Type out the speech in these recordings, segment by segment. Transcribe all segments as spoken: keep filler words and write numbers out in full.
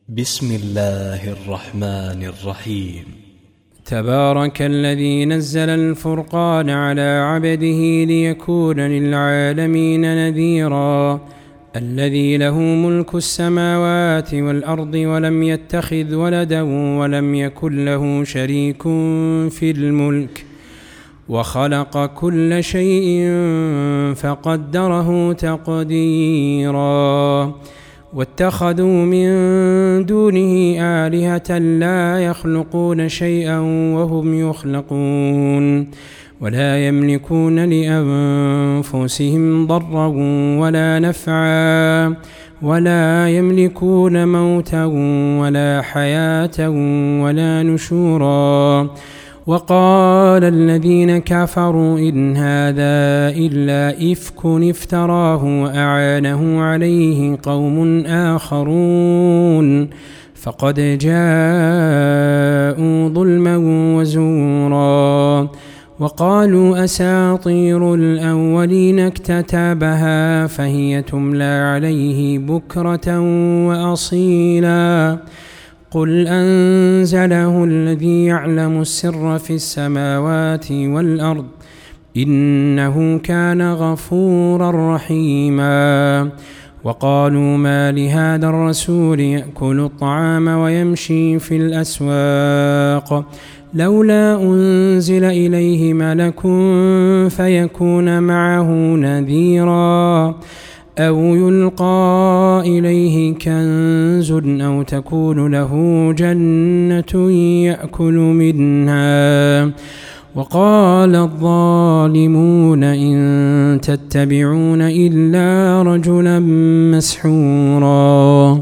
بسم الله الرحمن الرحيم. تبارك الذي نزل الفرقان على عبده ليكون للعالمين نذيرا. الذي له ملك السماوات والأرض ولم يتخذ ولدا ولم يكن له شريك في الملك وخلق كل شيء فقدره تقديرا. واتخذوا من دونه آلهة لا يخلقون شيئا وهم يخلقون ولا يملكون لأنفسهم ضرا ولا نفعا ولا يملكون موتا ولا حياة ولا نشورا. وقال الذين كفروا إن هذا إلا إفك افتراه وأعانه عليه قوم آخرون فقد جاءوا ظلما وزورا. وقالوا أساطير الأولين اكتتبها فهي تملى عليه بكرة وأصيلا. قل أنزله الذي يعلم السر في السماوات والأرض إنه كان غفورا رحيما. وقالوا ما لهذا الرسول يأكل الطعام ويمشي في الأسواق لولا أنزل إليه ملك فيكون معه نذيرا أو يلقى إليه كنز أو تكون له جنة يأكل منها. وقال الظالمون إن تتبعون إلا رجلا مسحورا.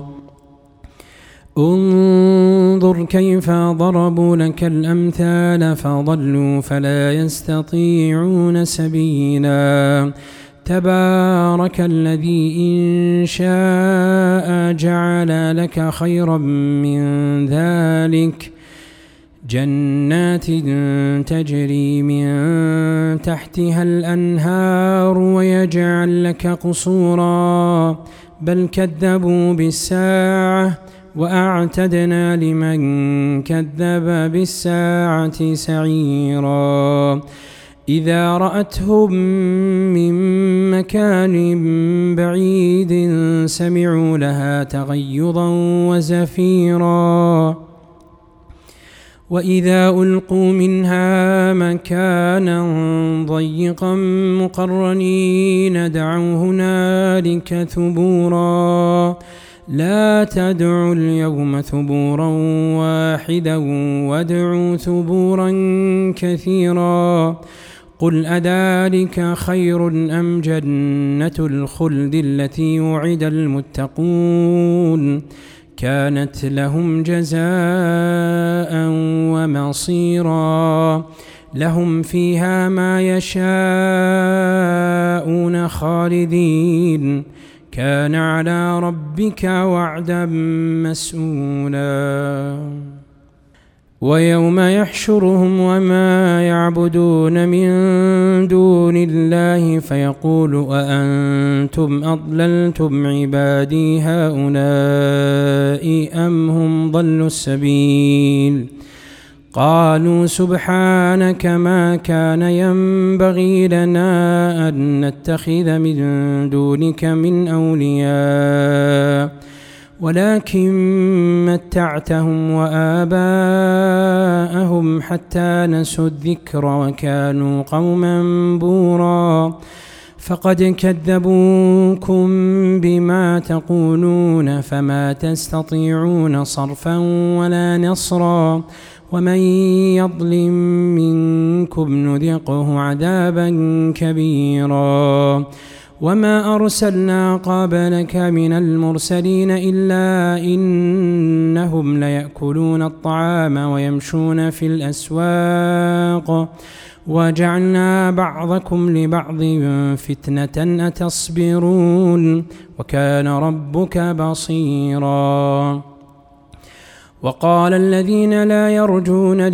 انظر كيف ضربوا لك الأمثال فضلوا فلا يستطيعون سبيلا. تبارك الذي إن شاء جعل لك خيرا من ذلك جنات تجري من تحتها الأنهار ويجعل لك قصورا بل كذبوا بالساعة وأعتدنا لمن كذب بالساعة سعيرا. إذا رأتهم من مكان بعيد سمعوا لها تغيظا وزفيرا. وإذا ألقوا منها مكانا ضيقا مقرنين دعوا هنالك ثبورا. لا تدعوا اليوم ثبورا واحدا وادعوا ثبورا كثيرا. قل أذلك خير أم جنة الخلد التي وعد المتقون كانت لهم جزاء ومصيرا. لهم فيها ما يشاءون خالدين كان على ربك وعدا مسؤولا. ويوم يحشرهم وما يعبدون من دون الله فيقول أأنتم أضللتم عبادي هؤلاء أم هم ضلوا السبيل. قالوا سبحانك ما كان ينبغي لنا أن نتخذ من دونك من أولياء ولكن متعتهم وآباءهم حتى نسوا الذكر وكانوا قوما بورا. فقد كذبوكم بما تقولون فما تستطيعون صرفا ولا نصرا. ومن يظلم منكم نذقه عذابا كبيرا. وما أرسلنا قبلك من المرسلين إلا إنهم ليأكلون الطعام ويمشون في الأسواق وجعلنا بعضكم لبعض فتنة أتصبرون وكان ربك بصيرا. وقال الذين لا يرجون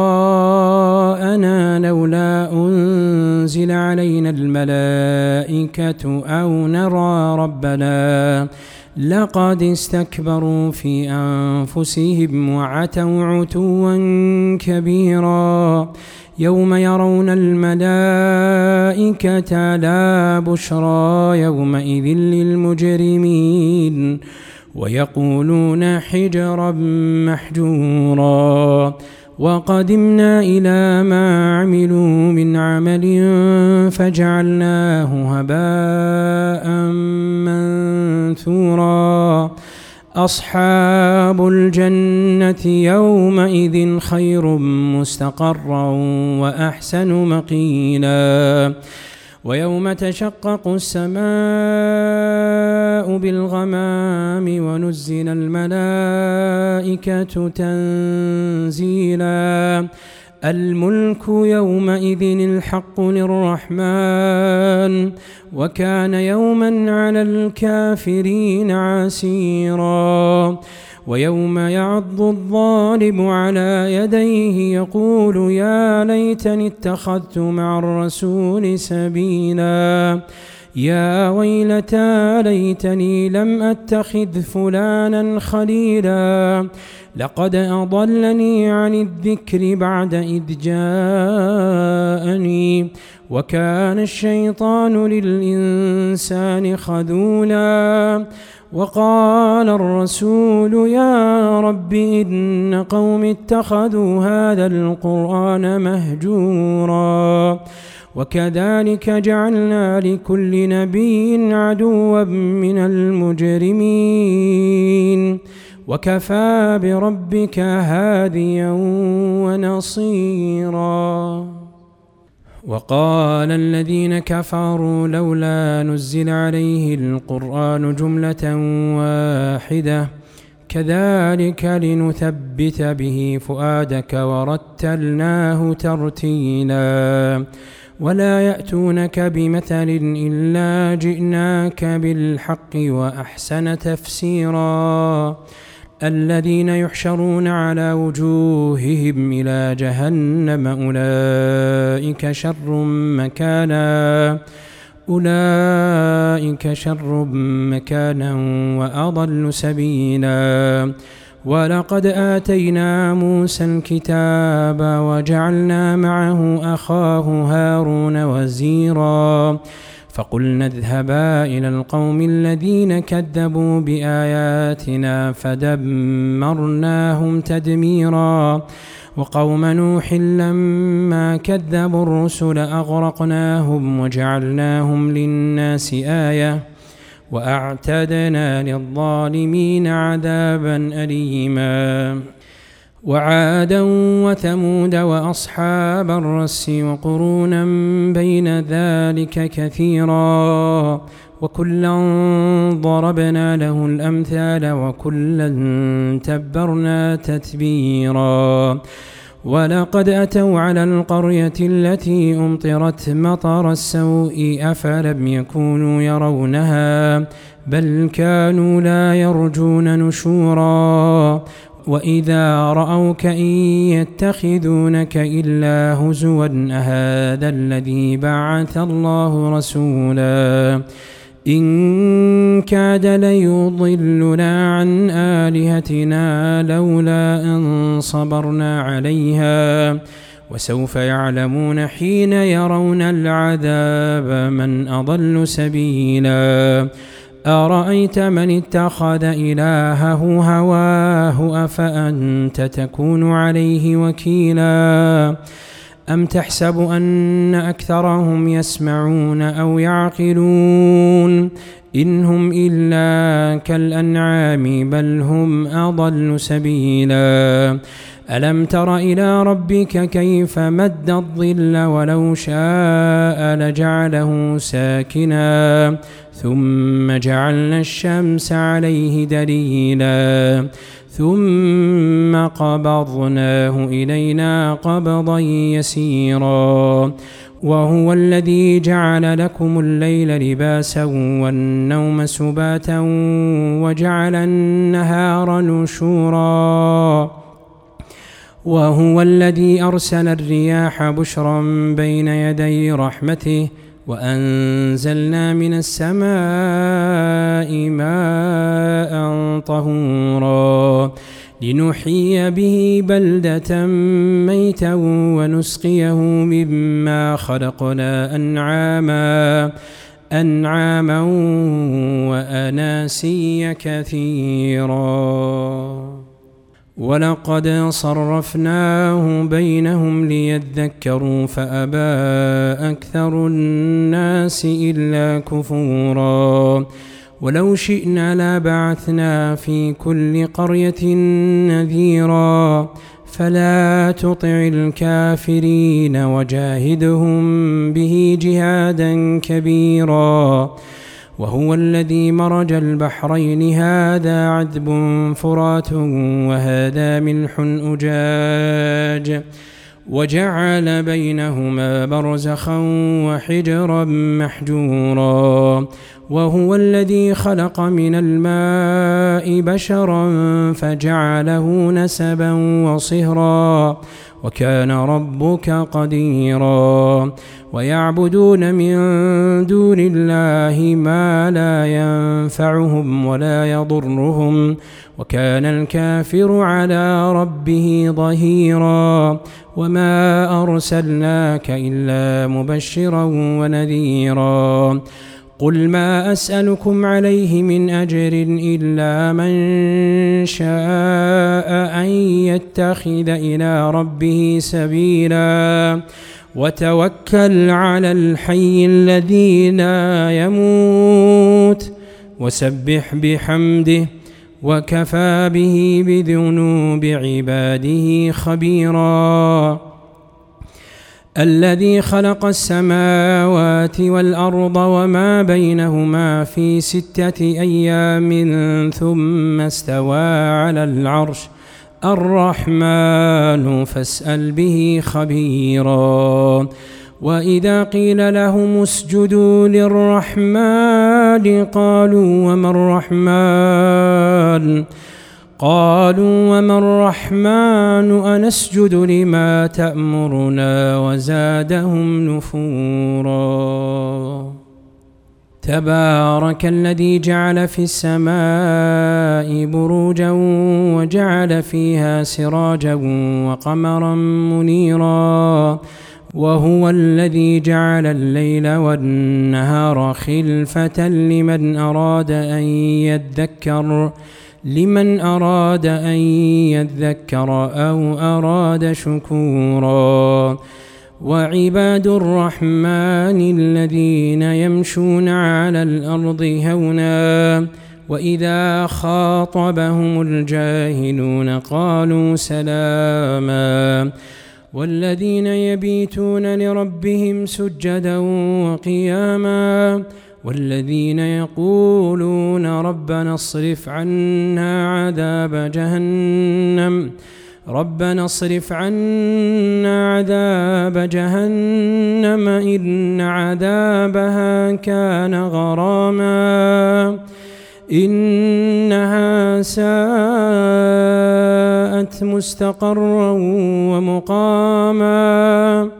لقاءنا لولا أنزل علينا الملائكة أو نرى ربنا لقد استكبروا في أنفسهم وعتوا عتوا كبيرا يوم يرون الملائكة لا بشرى يومئذ للمجرمين ويقولون حجرا محجورا وقدمنا إلى ما عملوا من عمل فجعلناه هباء منثورا أصحاب الجنة يومئذ خير مستقرا وأحسن مقيلا ويوم تشقق السماء بالغمام ونزل الملائكة تنزيلا الملك يومئذ الحق للرحمن وكان يوما على الكافرين عسيرا ويوم يعض الظالم على يديه يقول يا ليتني اتخذت مع الرسول سبيلا يا ويلتى ليتني لم أتخذ فلانا خليلا لقد أضلني عن الذكر بعد إذ جاءني وكان الشيطان للإنسان خذولا وقال الرسول يا رب إن قوم اتخذوا هذا القرآن مهجورا وكذلك جعلنا لكل نبي عدوا من المجرمين وكفى بربك هاديا ونصيرا وقال الذين كفروا لولا نزل عليه القرآن جملة واحدة كذلك لنثبت به فؤادك ورتلناه ترتيلا ولا يأتونك بمثل إلا جئناك بالحق وأحسن تفسيرا الذين يحشرون على وجوههم إلى جهنم أولئك شر مكانا أولئك شر مكانا وأضل سبيلا ولقد آتينا موسى الكتاب وجعلنا معه أخاه هارون وزيرا فقلنا اذهبا إلى القوم الذين كذبوا بآياتنا فدمرناهم تدميرا وقوم نوح لما كذبوا الرسل أغرقناهم وجعلناهم للناس آية وأعتدنا للظالمين عذابا أليما وعادا وثمود وأصحاب الرس وقرونا بين ذلك كثيرا وكلا ضربنا له الأمثال وكلا تبرنا تتبيرا ولقد أتوا على القرية التي أمطرت مطر السوء أفلم يكونوا يرونها بل كانوا لا يرجون نشورا وإذا رأوك إن يتخذونك إلا هزوا أهذا الذي بعث الله رسولا إن كاد ليضلنا عن آلهتنا لولا أن صبرنا عليها وسوف يعلمون حين يرون العذاب من أضل سبيلا أرأيت من اتخذ إلهه هواه أفأنت تكون عليه وكيلا أم تحسب أن أكثرهم يسمعون أو يعقلون إن هم إلا كالأنعام بل هم أضل سبيلا ألم تر إلى ربك كيف مد الظل ولو شاء لجعله ساكنا ثم جعلنا الشمس عليه دليلا ثم قبضناه إلينا قبضا يسيرا وهو الذي جعل لكم الليل لباسا والنوم سباتا وجعل النهار نشورا وهو الذي أرسل الرياح بشرا بين يدي رحمته وأنزلنا من السماء ماء طهورا لنحيي به بلدة ميتا ونسقيه مما خلقنا أنعاما أنعاما وأناسيا كثيرا ولقد صرفناه بينهم ليذكروا فأبى أكثر الناس إلا كفورا ولو شئنا لبعثنا في كل قرية نذيرا فلا تطع الكافرين وجاهدهم به جهادا كبيرا وهو الذي مرج البحرين هذا عذب فرات وهذا ملح أجاج وجعل بينهما برزخا وحجرا محجورا وهو الذي خلق من الماء بشرا فجعله نسبا وصهرا وكان ربك قديرا ويعبدون من دون الله ما لا ينفعهم ولا يضرهم وكان الكافر على ربه ظهيرا وما أرسلناك إلا مبشرا ونذيرا قل ما أسألكم عليه من أجر إلا من شاء أن يتخذ إلى ربه سبيلا وتوكل على الحي الذي لا يموت وسبح بحمده وكفى به بذنوب عباده خبيرا الذي خلق السماوات والأرض وما بينهما في ستة أيام ثم استوى على العرش الرحمن فاسأل به خبيرا وإذا قيل لهم اسجدوا للرحمن قالوا وما الرحمن قالوا وما الرحمن أنسجد لما تأمرنا وزادهم نفورا تبارك الذي جعل في السماء بروجا وجعل فيها سراجا وقمرا منيرا وهو الذي جعل الليل والنهار خلفة لمن أراد أن يذكر لمن أراد أن يذكر أو أراد شكورا وعباد الرحمن الذين يمشون على الأرض هونا وإذا خاطبهم الجاهلون قالوا سلاما والذين يبيتون لربهم سجدا وقياما والذين يقولون ربنا اصرف عنا عذاب جهنم ربنا اصرف عنا عذاب جهنم إن عذابها كان غراما إنها ساءت مستقرا ومقاما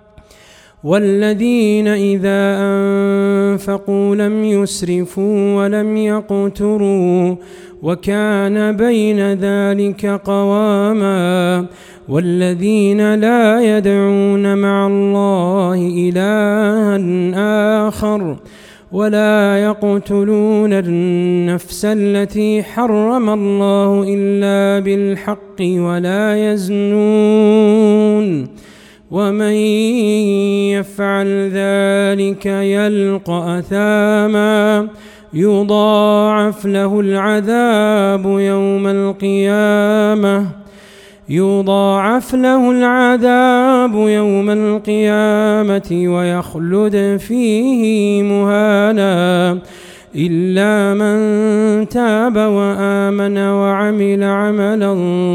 والذين إذا أنفقوا لم يسرفوا ولم يقتروا وكان بين ذلك قواما والذين لا يدعون مع الله إلها آخر ولا يقتلون النفس التي حرم الله إلا بالحق ولا يزنون ومن يفعل ذلك يلقى أثاما يضاعف له العذاب يوم القيامة يضاعف له العذاب يوم القيامة ويخلد فيه مهانا إلا من تاب وآمن وعمل عملا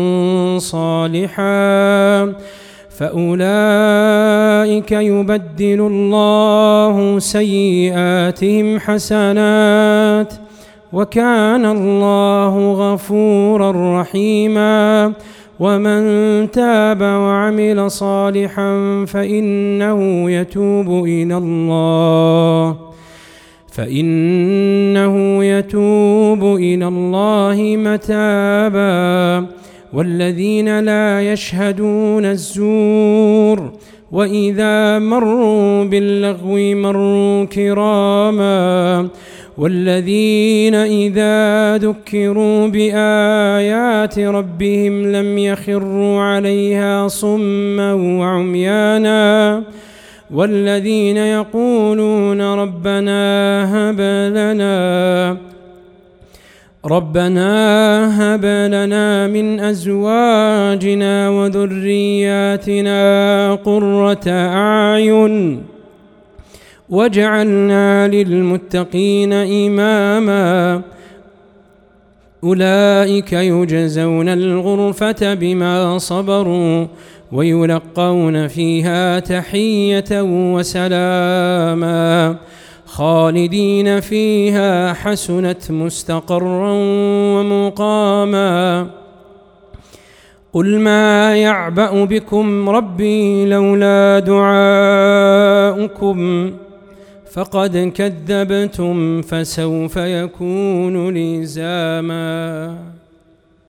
صالحا فأولئك يبدل الله سيئاتهم حسنات وكان الله غفورا رحيما. ومن تاب وعمل صالحا فإنه يتوب إلى الله فإنه يتوب إلى الله متابا. والذين لا يشهدون الزور وإذا مروا باللغو مروا كراما. والذين إذا ذكروا بآيات ربهم لم يخروا عليها صما وعميانا. والذين يقولون ربنا هب لنا ربنا هب لنا من أزواجنا وذرياتنا قرة أعين واجعلنا للمتقين إماما. أولئك يجزون الغرفة بما صبروا ويلقون فيها تحية وسلاما خالدين فيها حسنت مستقرا ومقاما. قل ما يعبأ بكم ربي لولا دعاؤكم فقد كذبتم فسوف يكون لزاما.